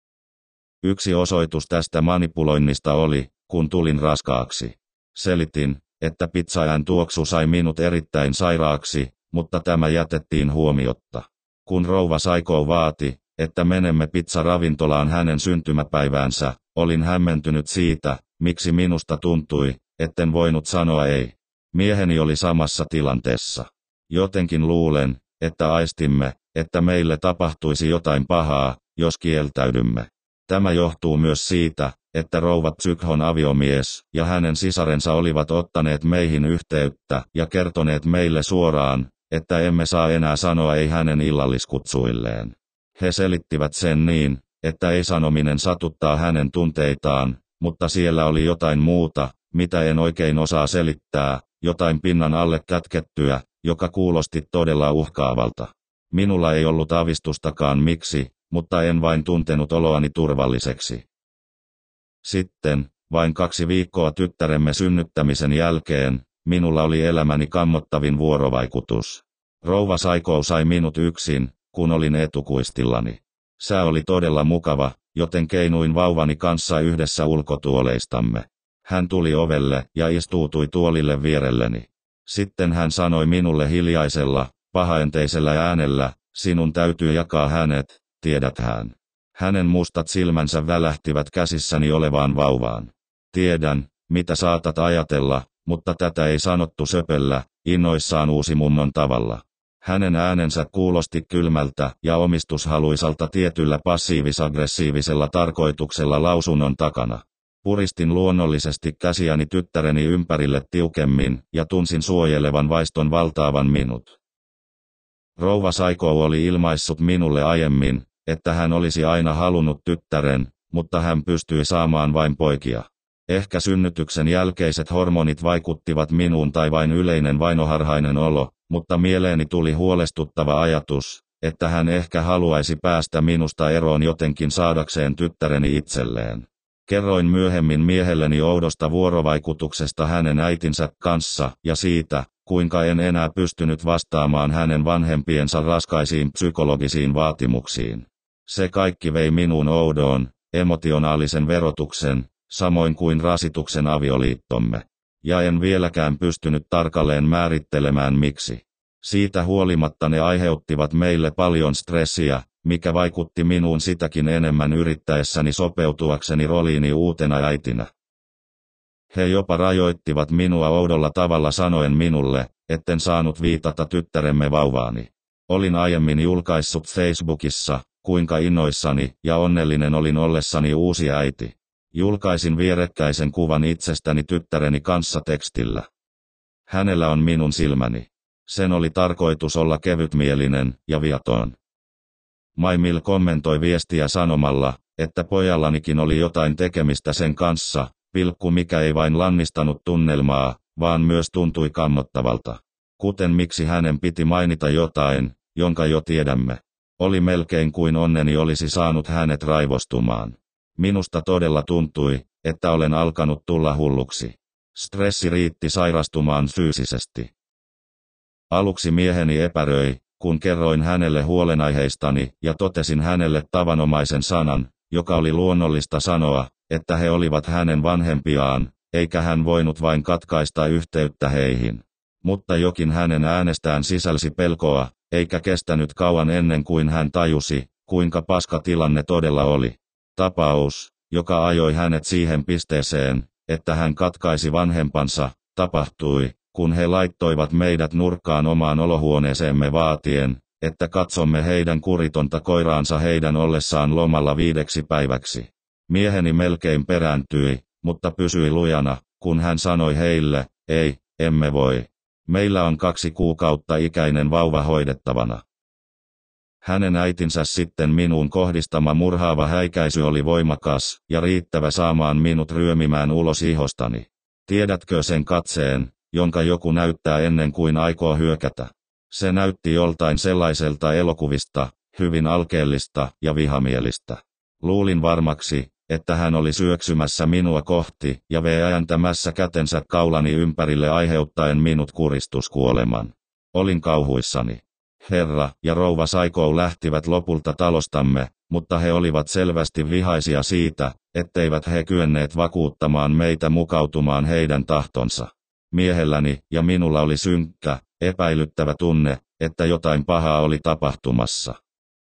Yksi osoitus tästä manipuloinnista oli, kun tulin raskaaksi. Selitin, että pizzaän tuoksu sai minut erittäin sairaaksi, mutta tämä jätettiin huomiotta. Kun rouva Psycho vaati, että menemme pizzaravintolaan hänen syntymäpäiväänsä, olin hämmentynyt siitä, miksi minusta tuntui, etten voinut sanoa ei. Mieheni oli samassa tilanteessa. Jotenkin luulen, että aistimme, että meille tapahtuisi jotain pahaa, jos kieltäydymme. Tämä johtuu myös siitä, että rouva Psykhon aviomies ja hänen sisarensa olivat ottaneet meihin yhteyttä ja kertoneet meille suoraan, että emme saa enää sanoa ei hänen illalliskutsuilleen. He selittivät sen niin, että ei sanominen satuttaa hänen tunteitaan, mutta siellä oli jotain muuta, mitä en oikein osaa selittää, jotain pinnan alle kätkettyä, joka kuulosti todella uhkaavalta. Minulla ei ollut avistustakaan miksi, mutta en vain tuntenut oloani turvalliseksi. Sitten, vain kaksi viikkoa tyttäremme synnyttämisen jälkeen, minulla oli elämäni kammottavin vuorovaikutus. Rouva Psycho sai minut yksin, kun olin etukuistillani. Sää oli todella mukava, joten keinuin vauvani kanssa yhdessä ulkotuoleistamme. Hän tuli ovelle ja istuutui tuolille vierelleni. Sitten hän sanoi minulle hiljaisella, pahaenteisellä äänellä, sinun täytyy jakaa hänet, tiedät hän. Hänen mustat silmänsä välähtivät käsissäni olevaan vauvaan. Tiedän, mitä saatat ajatella, mutta tätä ei sanottu söpöllä, innoissaan uusimummon tavalla. Hänen äänensä kuulosti kylmältä ja omistushaluisalta tietyllä passiivis-aggressiivisella tarkoituksella lausunnon takana. Puristin luonnollisesti käsiäni tyttäreni ympärille tiukemmin ja tunsin suojelevan vaiston valtaavan minut. Rouva Psycho oli ilmaissut minulle aiemmin, että hän olisi aina halunnut tyttären, mutta hän pystyi saamaan vain poikia. Ehkä synnytyksen jälkeiset hormonit vaikuttivat minuun tai vain yleinen vainoharhainen olo, mutta mieleeni tuli huolestuttava ajatus, että hän ehkä haluaisi päästä minusta eroon jotenkin saadakseen tyttäreni itselleen. Kerroin myöhemmin miehelleni oudosta vuorovaikutuksesta hänen äitinsä kanssa ja siitä, kuinka en enää pystynyt vastaamaan hänen vanhempiensa raskaisiin psykologisiin vaatimuksiin. Se kaikki vei minuun oudoon, emotionaalisen verotuksen, samoin kuin rasituksen avioliittomme. Ja en vieläkään pystynyt tarkalleen määrittelemään miksi. Siitä huolimatta ne aiheuttivat meille paljon stressiä, mikä vaikutti minuun sitäkin enemmän yrittäessäni sopeutuakseni rooliini uutena äitinä. He jopa rajoittivat minua oudolla tavalla sanoen minulle, etten saanut viitata tyttäremme vauvaani. Olin aiemmin julkaissut Facebookissa, kuinka innoissani ja onnellinen olin ollessani uusi äiti. Julkaisin vierekkäisen kuvan itsestäni tyttäreni kanssa tekstillä. Hänellä on minun silmäni. Sen oli tarkoitus olla kevytmielinen ja viaton. Maimil kommentoi viestiä sanomalla, että pojallanikin oli jotain tekemistä sen kanssa, pilkku mikä ei vain lannistanut tunnelmaa, vaan myös tuntui kammottavalta. Kuten miksi hänen piti mainita jotain, jonka jo tiedämme. Oli melkein kuin onneni olisi saanut hänet raivostumaan. Minusta todella tuntui, että olen alkanut tulla hulluksi. Stressi riitti sairastumaan fyysisesti. Aluksi mieheni epäröi, kun kerroin hänelle huolenaiheistani ja totesin hänelle tavanomaisen sanan, joka oli luonnollista sanoa, että he olivat hänen vanhempiaan, eikä hän voinut vain katkaista yhteyttä heihin. Mutta jokin hänen äänestään sisälsi pelkoa, eikä kestänyt kauan ennen kuin hän tajusi, kuinka paska tilanne todella oli. Tapaus, joka ajoi hänet siihen pisteeseen, että hän katkaisi vanhempansa, tapahtui, kun he laittoivat meidät nurkkaan omaan olohuoneeseemme vaatien, että katsomme heidän kuritonta koiraansa heidän ollessaan lomalla viideksi päiväksi. Mieheni melkein perääntyi, mutta pysyi lujana, kun hän sanoi heille, ei, emme voi. Meillä on kaksi kuukautta ikäinen vauva hoidettavana. Hänen äitinsä sitten minuun kohdistama murhaava häikäisy oli voimakas ja riittävä saamaan minut ryömimään ulos ihostani. Tiedätkö sen katseen, jonka joku näyttää ennen kuin aikoo hyökätä? Se näytti joltain sellaiselta elokuvista, hyvin alkeellista ja vihamielistä. Luulin varmaksi, että hän oli syöksymässä minua kohti ja vääntämässä kätensä kaulani ympärille aiheuttaen minut kuristuskuoleman. Olin kauhuissani. Herra ja rouva Psycho lähtivät lopulta talostamme, mutta he olivat selvästi vihaisia siitä, etteivät he kyenneet vakuuttamaan meitä mukautumaan heidän tahtonsa. Miehelläni ja minulla oli synkkä, epäilyttävä tunne, että jotain pahaa oli tapahtumassa.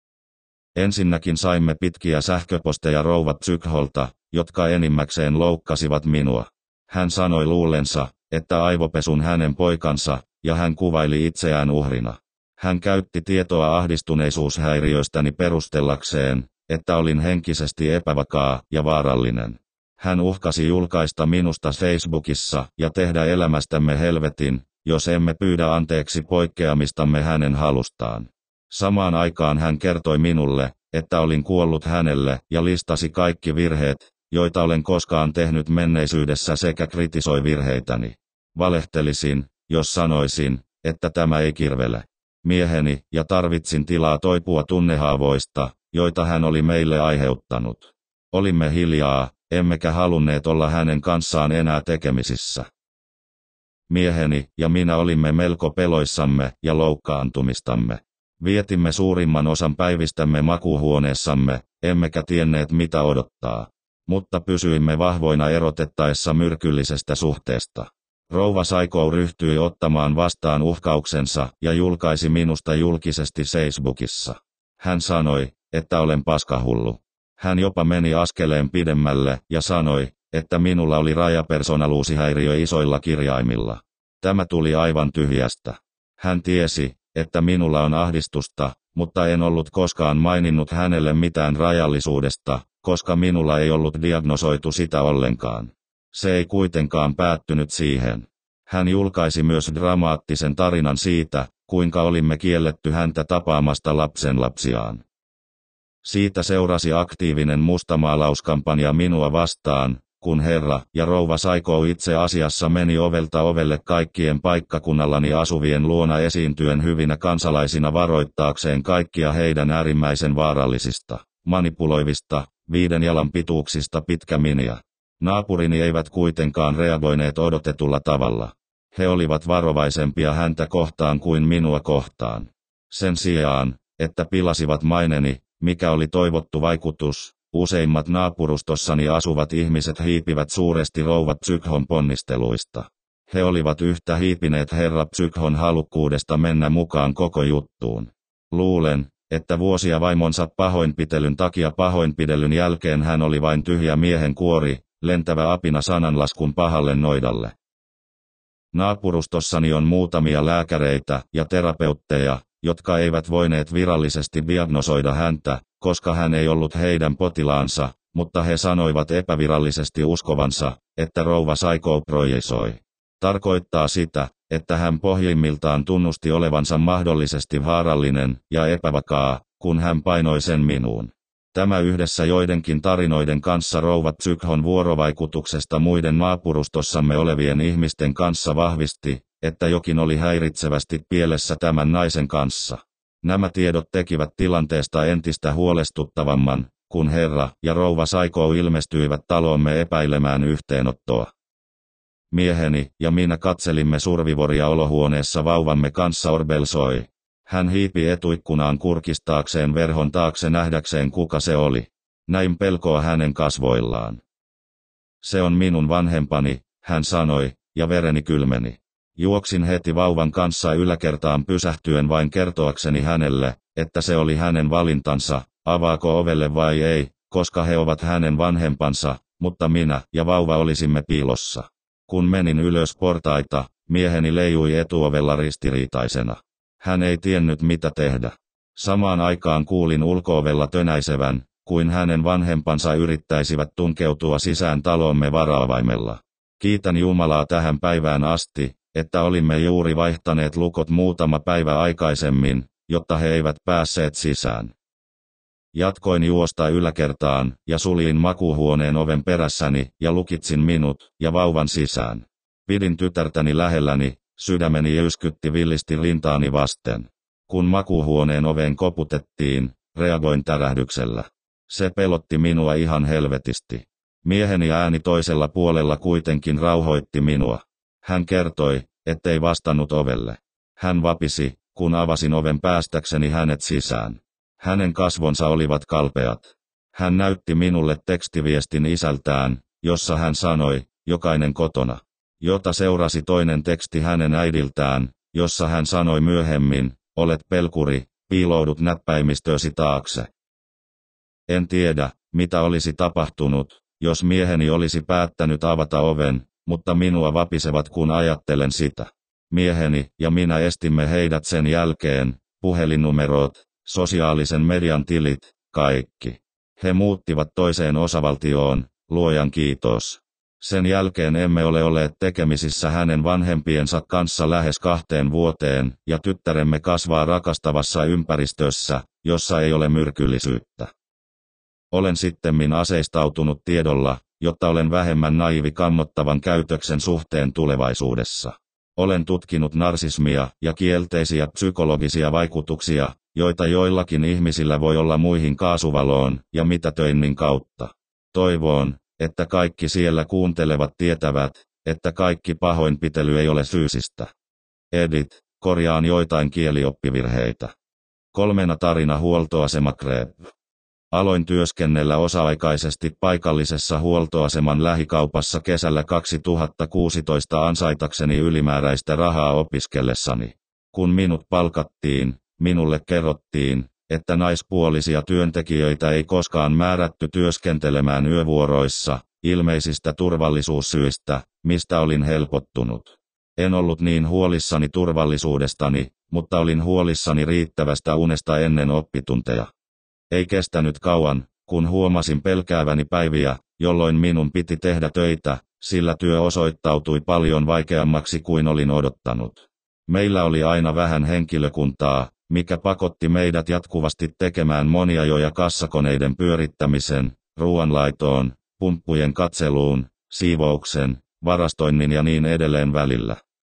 Ensinnäkin saimme pitkiä sähköposteja rouva Psykholta, jotka enimmäkseen loukkasivat minua. Hän sanoi luullensa, että aivopesun hänen poikansa, ja hän kuvaili itseään uhrina. Hän käytti tietoa ahdistuneisuushäiriöistäni perustellakseen, että olin henkisesti epävakaa ja vaarallinen. Hän uhkasi julkaista minusta Facebookissa ja tehdä elämästämme helvetin, jos emme pyydä anteeksi poikkeamistamme hänen halustaan. Samaan aikaan hän kertoi minulle, että olin kuollut hänelle ja listasi kaikki virheet, joita olen koskaan tehnyt menneisyydessä sekä kritisoi virheitäni. Valehtelisin, jos sanoisin, että tämä ei kirvele mieheni ja tarvitsin tilaa toipua tunnehaavoista, joita hän oli meille aiheuttanut. Olimme hiljaa, emmekä halunneet olla hänen kanssaan enää tekemisissä. Mieheni ja minä olimme melko peloissamme ja loukkaantumistamme. Vietimme suurimman osan päivistämme makuuhuoneessamme, emmekä tienneet mitä odottaa. Mutta pysyimme vahvoina erotettaessa myrkyllisestä suhteesta. Rouva Psycho ryhtyi ottamaan vastaan uhkauksensa ja julkaisi minusta julkisesti Facebookissa. Hän sanoi, että olen paskahullu. Hän jopa meni askeleen pidemmälle ja sanoi, että minulla oli rajapersonaalisuushäiriö isoilla kirjaimilla. Tämä tuli aivan tyhjästä. Hän tiesi, että minulla on ahdistusta, mutta en ollut koskaan maininnut hänelle mitään rajallisuudesta, koska minulla ei ollut diagnosoitu sitä ollenkaan. Se ei kuitenkaan päättynyt siihen. Hän julkaisi myös dramaattisen tarinan siitä, kuinka olimme kielletty häntä tapaamasta lapsenlapsiaan. Siitä seurasi aktiivinen mustamaalauskampanja minua vastaan, kun herra ja rouva Psycho itse asiassa meni ovelta ovelle kaikkien paikkakunnallani asuvien luona esiintyen hyvinä kansalaisina varoittaakseen kaikkia heidän äärimmäisen vaarallisista, manipuloivista, viiden jalan pituuksista pitkä miniä. Naapurini eivät kuitenkaan reagoineet odotetulla tavalla. He olivat varovaisempia häntä kohtaan kuin minua kohtaan. Sen sijaan, että pilasivat maineni, mikä oli toivottu vaikutus, useimmat naapurustossani asuvat ihmiset hiipivät suuresti rouva Psykhon ponnisteluista. He olivat yhtä hiipineet herra Psykhon halukkuudesta mennä mukaan koko juttuun. Luulen, että vuosia vaimonsa pahoinpitelyn takia pahoinpidellyn jälkeen hän oli vain tyhjä miehen kuori, lentävä apina sananlaskun pahalle noidalle. Naapurustossani on muutamia lääkäreitä ja terapeutteja, jotka eivät voineet virallisesti diagnosoida häntä, koska hän ei ollut heidän potilaansa, mutta he sanoivat epävirallisesti uskovansa, että rouva Psycho projisoi. Tarkoittaa sitä, että hän pohjimmiltaan tunnusti olevansa mahdollisesti vaarallinen ja epävakaa, kun hän painoi sen minuun. Tämä yhdessä joidenkin tarinoiden kanssa rouva Psykhon vuorovaikutuksesta muiden naapurustossamme olevien ihmisten kanssa vahvisti, että jokin oli häiritsevästi pielessä tämän naisen kanssa. Nämä tiedot tekivät tilanteesta entistä huolestuttavamman, kun herra ja rouva Psycho ilmestyivät taloomme epäilemään yhteenottoa. Mieheni ja minä katselimme survivoria olohuoneessa vauvamme kanssa Orbel-soi. Hän hiipi etuikkunaan kurkistaakseen verhon taakse nähdäkseen kuka se oli. Näin pelkoa hänen kasvoillaan. Se on minun vanhempani, hän sanoi, ja vereni kylmeni. Juoksin heti vauvan kanssa yläkertaan pysähtyen vain kertoakseni hänelle, että se oli hänen valintansa, avaako ovelle vai ei, koska he ovat hänen vanhempansa, mutta minä ja vauva olisimme piilossa. Kun menin ylös portaita, mieheni leijui etuovella ristiriitaisena. Hän ei tiennyt mitä tehdä. Samaan aikaan kuulin ulko-ovella tönäisevän, kuin hänen vanhempansa yrittäisivät tunkeutua sisään taloomme varaavaimella. Kiitän Jumalaa tähän päivään asti, että olimme juuri vaihtaneet lukot muutama päivä aikaisemmin, jotta he eivät päässeet sisään. Jatkoin juosta yläkertaan, ja suljin makuuhuoneen oven perässäni, ja lukitsin minut, ja vauvan sisään. Pidin tytärtäni lähelläni, sydämeni jyskytti villisti rintaani vasten. Kun makuuhuoneen oveen koputettiin, reagoin tärähdyksellä. Se pelotti minua ihan helvetisti. Mieheni ääni toisella puolella kuitenkin rauhoitti minua. Hän kertoi, ettei vastannut ovelle. Hän vapisi, kun avasin oven päästäkseni hänet sisään. Hänen kasvonsa olivat kalpeat. Hän näytti minulle tekstiviestin isältään, jossa hän sanoi, jokainen kotona. Jota seurasi toinen teksti hänen äidiltään, jossa hän sanoi myöhemmin, olet pelkuri, piiloudut näppäimistösi taakse. En tiedä, mitä olisi tapahtunut, jos mieheni olisi päättänyt avata oven, mutta minua vapisevat kun ajattelen sitä. Mieheni ja minä estimme heidät sen jälkeen, puhelinnumerot, sosiaalisen median tilit, kaikki. He muuttivat toiseen osavaltioon, luojan kiitos. Sen jälkeen emme ole olleet tekemisissä hänen vanhempiensa kanssa lähes kahteen vuoteen, ja tyttäremme kasvaa rakastavassa ympäristössä, jossa ei ole myrkyllisyyttä. Olen sittemmin aseistautunut tiedolla, jotta olen vähemmän naivi kammottavan käytöksen suhteen tulevaisuudessa. Olen tutkinut narsismia ja kielteisiä psykologisia vaikutuksia, joita joillakin ihmisillä voi olla muihin kaasuvaloon ja mitätöinnin kautta. Toivon, että kaikki siellä kuuntelevat tietävät, että kaikki pahoinpitely ei ole fyysistä. Edit, korjaan joitain kielioppivirheitä. Kolmena tarina huoltoasema Kreb. Aloin työskennellä osa-aikaisesti paikallisessa huoltoaseman lähikaupassa kesällä kaksituhattakuusitoista ansaitakseni ylimääräistä rahaa opiskellessani. Kun minut palkattiin, minulle kerrottiin, että naispuolisia työntekijöitä ei koskaan määrätty työskentelemään yövuoroissa, ilmeisistä turvallisuussyistä, mistä olin helpottunut. En ollut niin huolissani turvallisuudestani, mutta olin huolissani riittävästä unesta ennen oppitunteja. Ei kestänyt kauan, kun huomasin pelkääväni päiviä, jolloin minun piti tehdä töitä, sillä työ osoittautui paljon vaikeammaksi kuin olin odottanut. Meillä oli aina vähän henkilökuntaa, mikä pakotti meidät jatkuvasti tekemään monia joja kassakoneiden pyörittämisen, ruoanlaitoon, pumppujen katseluun, siivouksen, varastoinnin ja niin edelleen välillä.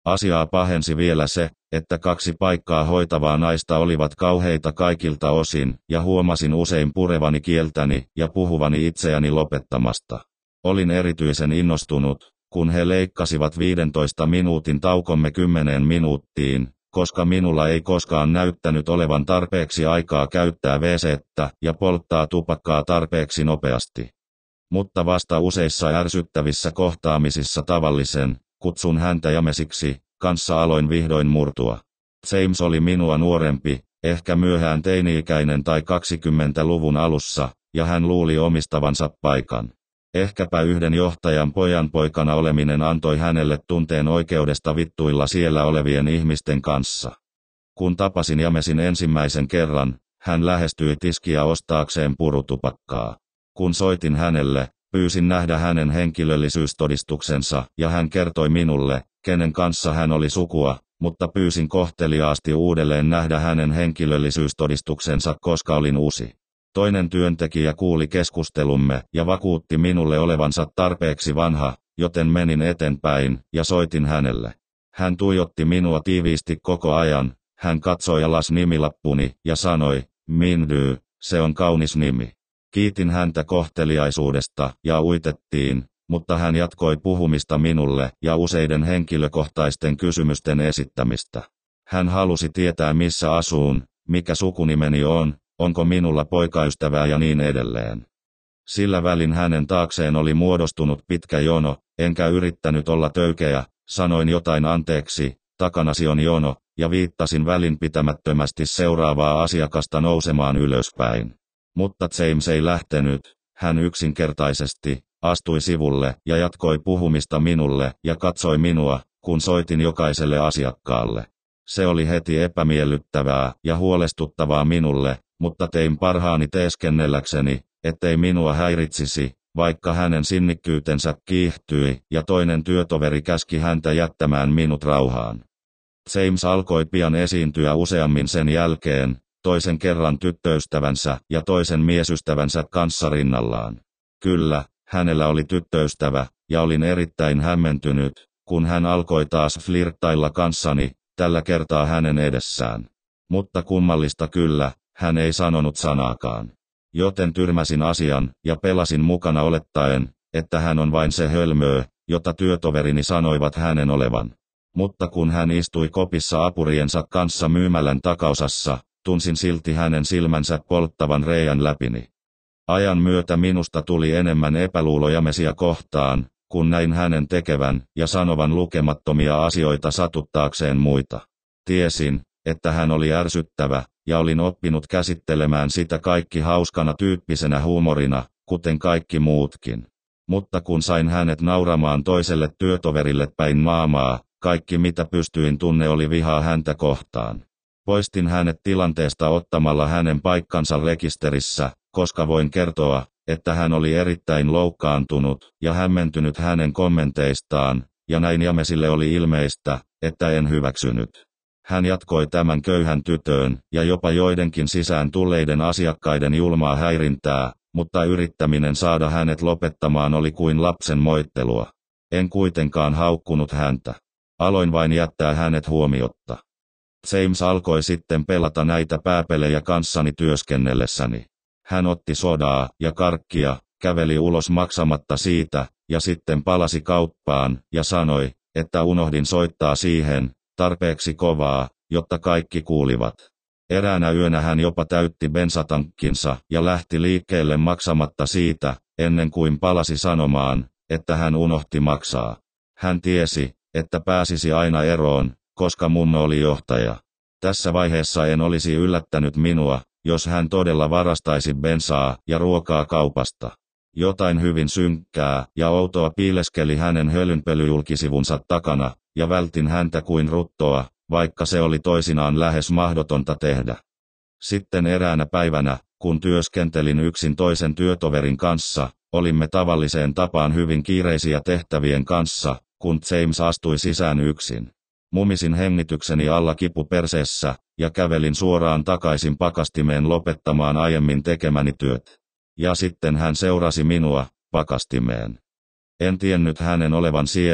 Asiaa pahensi vielä se, että kaksi paikkaa hoitavaa naista olivat kauheita kaikilta osin, ja huomasin usein purevani kieltäni ja puhuvani itseäni lopettamasta. Olin erityisen innostunut, kun he leikkasivat viidentoista minuutin taukomme kymmeneen minuuttiin, koska minulla ei koskaan näyttänyt olevan tarpeeksi aikaa käyttää wc:tä ja polttaa tupakkaa tarpeeksi nopeasti. Mutta vasta useissa ärsyttävissä kohtaamisissa tavallisen, kutsun häntä Jamesiksi, kanssa aloin vihdoin murtua. James oli minua nuorempi, ehkä myöhään teini-ikäinen tai kaksikymmentäluvun alussa, ja hän luuli omistavansa paikan. Ehkäpä yhden johtajan pojan poikana oleminen antoi hänelle tunteen oikeudesta vittuilla siellä olevien ihmisten kanssa. Kun tapasin Jamesin ensimmäisen kerran, hän lähestyi tiskiä ostaakseen purutupakkaa. Kun soitin hänelle, pyysin nähdä hänen henkilöllisyystodistuksensa, ja hän kertoi minulle, kenen kanssa hän oli sukua, mutta pyysin kohteliaasti uudelleen nähdä hänen henkilöllisyystodistuksensa, koska olin uusi. Toinen työntekijä kuuli keskustelumme ja vakuutti minulle olevansa tarpeeksi vanha, joten menin eteenpäin ja soitin hänelle. Hän tuijotti minua tiiviisti koko ajan, hän katsoi alas nimilappuni ja sanoi, Mindy, se on kaunis nimi. Kiitin häntä kohteliaisuudesta ja uitettiin, mutta hän jatkoi puhumista minulle ja useiden henkilökohtaisten kysymysten esittämistä. Hän halusi tietää missä asuun, mikä sukunimeni on, onko minulla poikaystävää ja niin edelleen. Sillä välin hänen taakseen oli muodostunut pitkä jono, enkä yrittänyt olla töykeä, sanoin jotain anteeksi, takanasi on jono, ja viittasin välinpitämättömästi seuraavaa asiakasta nousemaan ylöspäin. Mutta James ei lähtenyt, hän yksinkertaisesti astui sivulle ja jatkoi puhumista minulle ja katsoi minua, kun soitin jokaiselle asiakkaalle. Se oli heti epämiellyttävää ja huolestuttavaa minulle, mutta tein parhaani teeskennelläkseni, ettei minua häiritsisi, vaikka hänen sinnikkyytensä kiihtyi ja toinen työtoveri käski häntä jättämään minut rauhaan. James alkoi pian esiintyä useammin sen jälkeen, toisen kerran tyttöystävänsä ja toisen miesystävänsä kanssa rinnallaan. Kyllä, hänellä oli tyttöystävä, ja olin erittäin hämmentynyt, kun hän alkoi taas flirttailla kanssani, tällä kertaa hänen edessään. Mutta kummallista kyllä, hän ei sanonut sanaakaan. Joten tyrmäsin asian ja pelasin mukana olettaen, että hän on vain se hölmö, jota työtoverini sanoivat hänen olevan. Mutta kun hän istui kopissa apuriensa kanssa myymälän takaosassa, tunsin silti hänen silmänsä polttavan reiän läpini. Ajan myötä minusta tuli enemmän epäluuloja Jamesia kohtaan, kun näin hänen tekevän ja sanovan lukemattomia asioita satuttaakseen muita. Tiesin, että hän oli ärsyttävä, ja olin oppinut käsittelemään sitä kaikki hauskana tyyppisenä huumorina, kuten kaikki muutkin. Mutta kun sain hänet nauramaan toiselle työtoverille päin naamaa, kaikki mitä pystyin tunne oli vihaa häntä kohtaan. Poistin hänet tilanteesta ottamalla hänen paikkansa rekisterissä, koska voin kertoa, että hän oli erittäin loukkaantunut ja hämmentynyt hänen kommenteistaan, ja näin Jamesille oli ilmeistä, että en hyväksynyt. Hän jatkoi tämän köyhän tytöön ja jopa joidenkin sisään tulleiden asiakkaiden julmaa häirintää, mutta yrittäminen saada hänet lopettamaan oli kuin lapsen moittelua. En kuitenkaan haukkunut häntä. Aloin vain jättää hänet huomiotta. James alkoi sitten pelata näitä pääpelejä kanssani työskennellessäni. Hän otti sodaa ja karkkia, käveli ulos maksamatta siitä, ja sitten palasi kauppaan, ja sanoi, että unohdin soittaa siihen, tarpeeksi kovaa, jotta kaikki kuulivat. Eräänä yönä hän jopa täytti bensatankkinsa ja lähti liikkeelle maksamatta siitä, ennen kuin palasi sanomaan, että hän unohti maksaa. Hän tiesi, että pääsisi aina eroon, koska mummo oli johtaja. Tässä vaiheessa en olisi yllättänyt minua, jos hän todella varastaisi bensaa ja ruokaa kaupasta. Jotain hyvin synkkää ja outoa piileskeli hänen hölynpölyjulkisivunsa takana, ja vältin häntä kuin ruttoa, vaikka se oli toisinaan lähes mahdotonta tehdä. Sitten eräänä päivänä, kun työskentelin yksin toisen työtoverin kanssa, olimme tavalliseen tapaan hyvin kiireisiä tehtävien kanssa, kun James astui sisään yksin. Mumisin hengitykseni alla kipu perseessä, ja kävelin suoraan takaisin pakastimeen lopettamaan aiemmin tekemäni työt. Ja sitten hän seurasi minua, pakastimeen. En tiennyt hänen olevan siellä,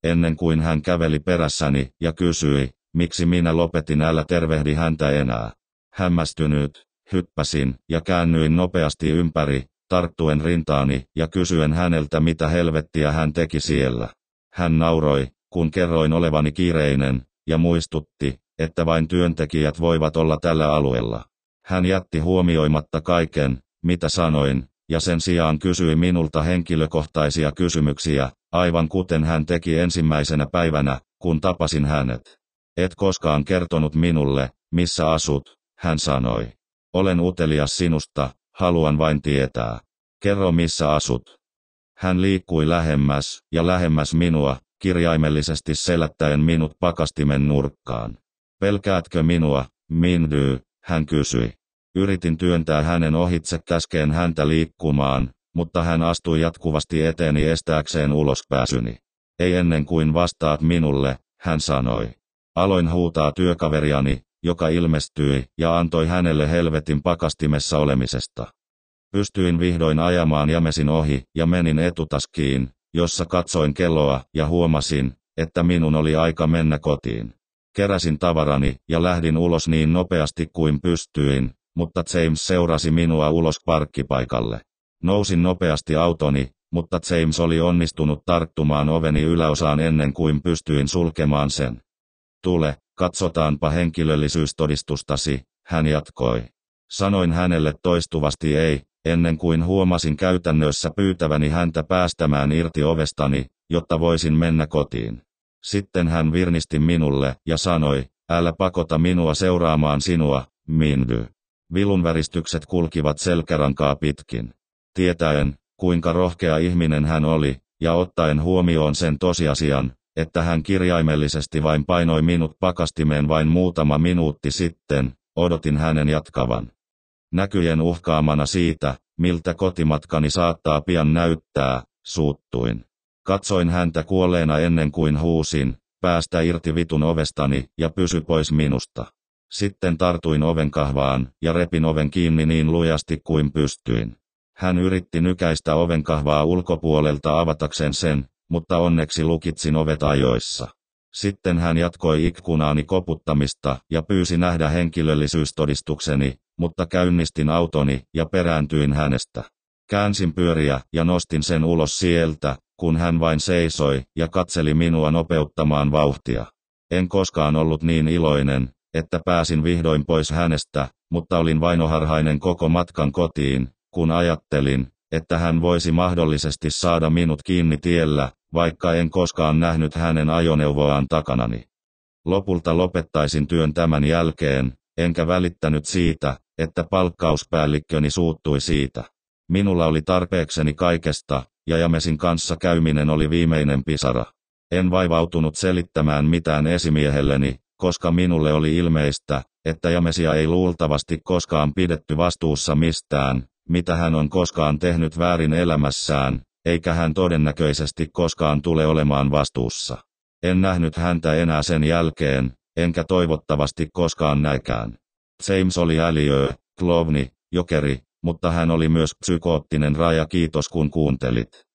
ennen kuin hän käveli perässäni ja kysyi, miksi minä lopetin, älä tervehdi häntä enää. Hämmästynyt, hyppäsin ja käännyin nopeasti ympäri, tarttuen rintaani ja kysyen häneltä, mitä helvettiä hän teki siellä. Hän nauroi, kun kerroin olevani kiireinen, ja muistutti, että vain työntekijät voivat olla tällä alueella. Hän jätti huomioimatta kaiken, mitä sanoin, ja sen sijaan kysyi minulta henkilökohtaisia kysymyksiä, aivan kuten hän teki ensimmäisenä päivänä, kun tapasin hänet. Et koskaan kertonut minulle, missä asut, hän sanoi. Olen utelias sinusta, haluan vain tietää. Kerro, missä asut. Hän liikkui lähemmäs ja lähemmäs minua, kirjaimellisesti selättäen minut pakastimen nurkkaan. Pelkäätkö minua, Mindy, hän kysyi. Yritin työntää hänen ohitse käskeen häntä liikkumaan, mutta hän astui jatkuvasti eteeni estääkseen ulospääsyni. Ei ennen kuin vastaat minulle, hän sanoi. Aloin huutaa työkaveriani, joka ilmestyi ja antoi hänelle helvetin pakastimessa olemisesta. Pystyin vihdoin ajamaan Jamesin ohi ja menin etutaskiin, jossa katsoin kelloa ja huomasin, että minun oli aika mennä kotiin. Keräsin tavarani ja lähdin ulos niin nopeasti kuin pystyin, mutta James seurasi minua ulos parkkipaikalle. Nousin nopeasti autoni, mutta James oli onnistunut tarttumaan oveni yläosaan ennen kuin pystyin sulkemaan sen. Tule, katsotaanpa henkilöllisyystodistustasi, hän jatkoi. Sanoin hänelle toistuvasti ei, ennen kuin huomasin käytännössä pyytäväni häntä päästämään irti ovestani, jotta voisin mennä kotiin. Sitten hän virnisti minulle ja sanoi, älä pakota minua seuraamaan sinua, Mindy. Vilunväristykset kulkivat selkärankaa pitkin. Tietäen, kuinka rohkea ihminen hän oli, ja ottaen huomioon sen tosiasian, että hän kirjaimellisesti vain painoi minut pakastimeen vain muutama minuutti sitten, odotin hänen jatkavan. Näkyjen uhkaamana siitä, miltä kotimatkani saattaa pian näyttää, suuttuin. Katsoin häntä kuolleena ennen kuin huusin, päästä irti vitun ovestani ja pysy pois minusta. Sitten tartuin ovenkahvaan ja repin oven kiinni niin lujasti kuin pystyin. Hän yritti nykäistä ovenkahvaa ulkopuolelta avatakseen sen, mutta onneksi lukitsin ovet ajoissa. Sitten hän jatkoi ikkunaani koputtamista ja pyysi nähdä henkilöllisyystodistukseni, mutta käynnistin autoni ja perääntyin hänestä. Käänsin pyöriä ja nostin sen ulos sieltä, kun hän vain seisoi ja katseli minua nopeuttamaan vauhtia. En koskaan ollut niin iloinen, että pääsin vihdoin pois hänestä, mutta olin vainoharhainen koko matkan kotiin, kun ajattelin, että hän voisi mahdollisesti saada minut kiinni tiellä, vaikka en koskaan nähnyt hänen ajoneuvoaan takanani. Lopulta lopettaisin työn tämän jälkeen, enkä välittänyt siitä, että palkkauspäällikköni suuttui siitä. Minulla oli tarpeekseni kaikesta, ja Jamesin kanssa käyminen oli viimeinen pisara. En vaivautunut selittämään mitään esimiehelleni, koska minulle oli ilmeistä, että Jamesia ei luultavasti koskaan pidetty vastuussa mistään, mitä hän on koskaan tehnyt väärin elämässään, eikä hän todennäköisesti koskaan tule olemaan vastuussa. En nähnyt häntä enää sen jälkeen, enkä toivottavasti koskaan näkään. James oli äliö, klovni, jokeri, mutta hän oli myös psykoottinen raja, kiitos kun kuuntelit.